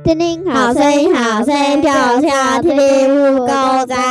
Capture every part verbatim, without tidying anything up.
听听好声音，好声音就像听听不够赞。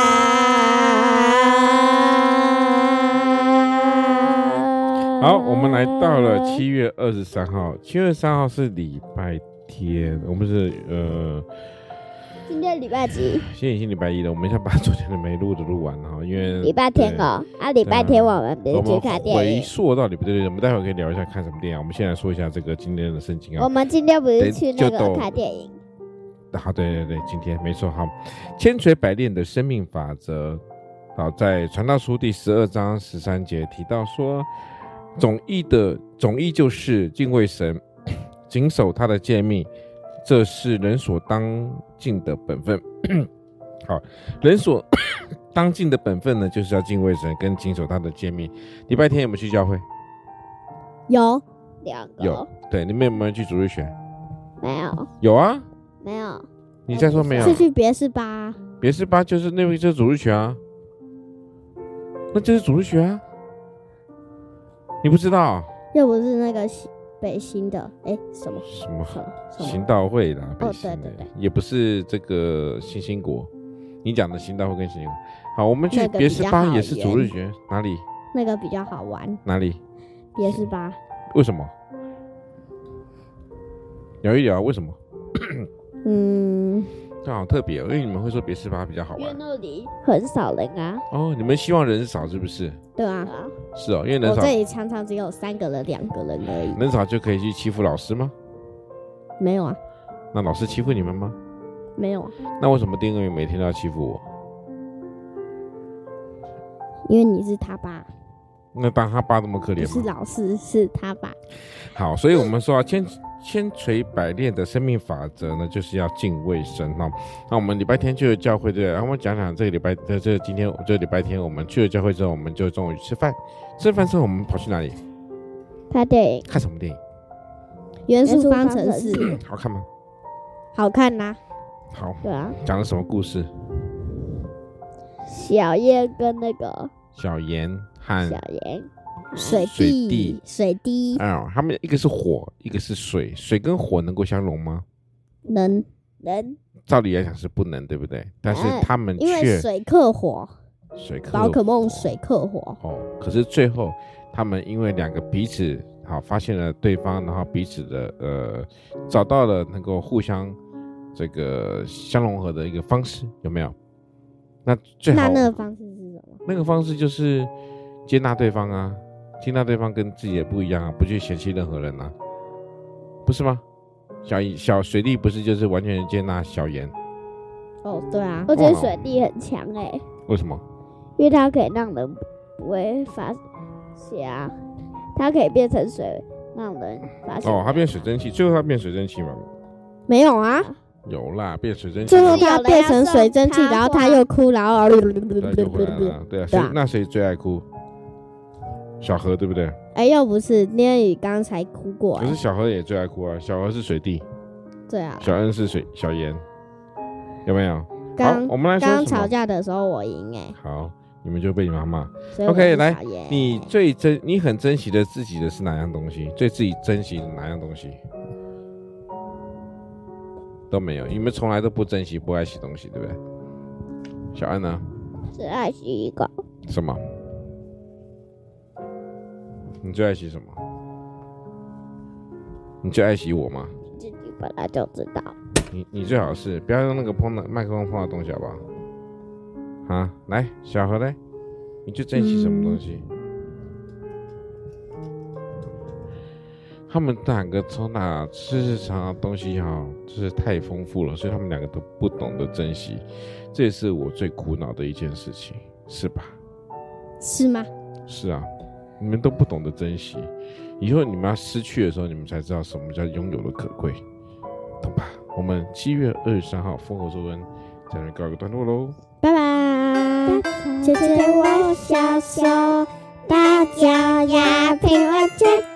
好，我们来到了七月二十三号，七月三号是礼拜天，我们是呃。 今天礼拜几？ 现在已经礼拜一了，我们先把昨天的没录的录完哈，因为礼拜天哦，啊，礼拜天我们不是去看电影。 我们回溯到礼拜天，我们待会可以聊一下看什么电影。我们先来说一下这个今天的圣经啊。 我们今天不是去那个看电影？ 好，对对对，今天没错。好，千锤百炼的生命法则，好，在传道书第十二章十三节提到说，总义的总义就是敬畏神，谨守他的诫命。这是人所当尽的本分。好，人所当尽的本分呢，就是要敬畏神跟谨守他的诫命。礼拜天有没有去教会？ 有两个。 有，对，你们有没有去主日学？ 没有。 有啊？ 没有。 你再说没有？ 是去别是吧？ 别是吧，就是那个就是主日学啊，那就是主日学啊。你不知道？ 又不是那个北新的，哎，什么什么什么行道会啦， 哦，对对对， 也不是这个新兴国，你讲的行道会跟新兴国。好，我们去别是吧也是主日学，哪里？ 那个比较好玩， 哪里？ 别是吧？ 为什么？聊一聊为什么？ 嗯， 这好特别哦，因为你们会说别是吧比较好玩， 因为那里很少人啊。 哦，你们希望人少是不是？ 对啊。 是哦，因为人少， 我这里常常只有三个人、两个人而已。 人少就可以去欺负老师吗？ 没有啊。 那老师欺负你们吗？ 没有啊。 那为什么丁恩宇每天都要欺负我？ 因为你是他爸。 那当他爸那么可怜吗？ 不是老师，是他爸。 好，所以我们说啊，千千锤百炼的生命法则呢，就是要敬畏神哈。那我们礼拜天去了教会，对，然后我们讲讲这个礼拜，这这今天这个礼拜天我们去了教会之后，我们就中午去吃饭。吃饭之后我们跑去哪里？ 看电影。 看什么电影？ 元素方程式。 好看吗？ 好看啦、 啊。好。 对啊。 讲了什么故事？ 小燕跟那个小妍和小妍。水滴，水滴， 啊、嗯，他们一个是火，一个是水，水跟火能够相容吗？ 能，能。 照理来讲是不能，对不对？但是他们却、 嗯、因为水克火， 水克宝可梦水克火。 哦，可是最后他们因为两个彼此好发现了对方，然后彼此的呃找到了能够互相这个相融合的一个方式，有没有？那最好那那个方式是什么？ 那个方式就是接纳对方啊。接纳对方跟自己也不一样啊，不去嫌弃任何人啊，不是吗？小小水弟不是就是完全接纳小妍？ 哦，对啊，我觉得水弟很强哎、欸。 为什么？ 因为他可以让人不会发泄啊，他可以变成水，让人发泄。 哦，他变水蒸气，最后他变水蒸气吗？ 没有啊。 有啦，变水蒸气。 最后他变成水蒸气，然后他又哭，然后对啊，谁那谁最爱哭？小何对不对？ 哎，又不是，因为你刚才哭过、欸。 可是小何也最爱哭啊，小何是水弟。 对啊。 小恩是水小妍，有没有？ 刚我们来说刚吵架的时候我赢哎、欸。 好，你们就被你妈骂。 OK， 来，你最珍你很珍惜的自己的是哪样东西？最自己珍惜的哪样东西？都没有，你们从来都不珍惜、不爱惜东西，对不对？小安呢？ 只爱惜一个。 什么？你最爱惜什么？你最爱惜我吗？ 自己本来就知道。 你你最好是不要用那个碰的麦克风碰到东西，好不好？啊，来，小何嘞，你最珍惜什么东西？嗯、他们两个从哪事实上东西哈，就是太丰富了，所以他们两个都不懂得珍惜，这也是我最苦恼的一件事情，是吧？ 是吗？ 是啊。你们都不懂得珍惜，以后你们要失去的时候，你们才知道什么叫拥有的可贵，懂吧？我们七月二十三号丰禾周恩在这告一个段落喽， 拜拜！谢谢我小手，大脚丫平稳健。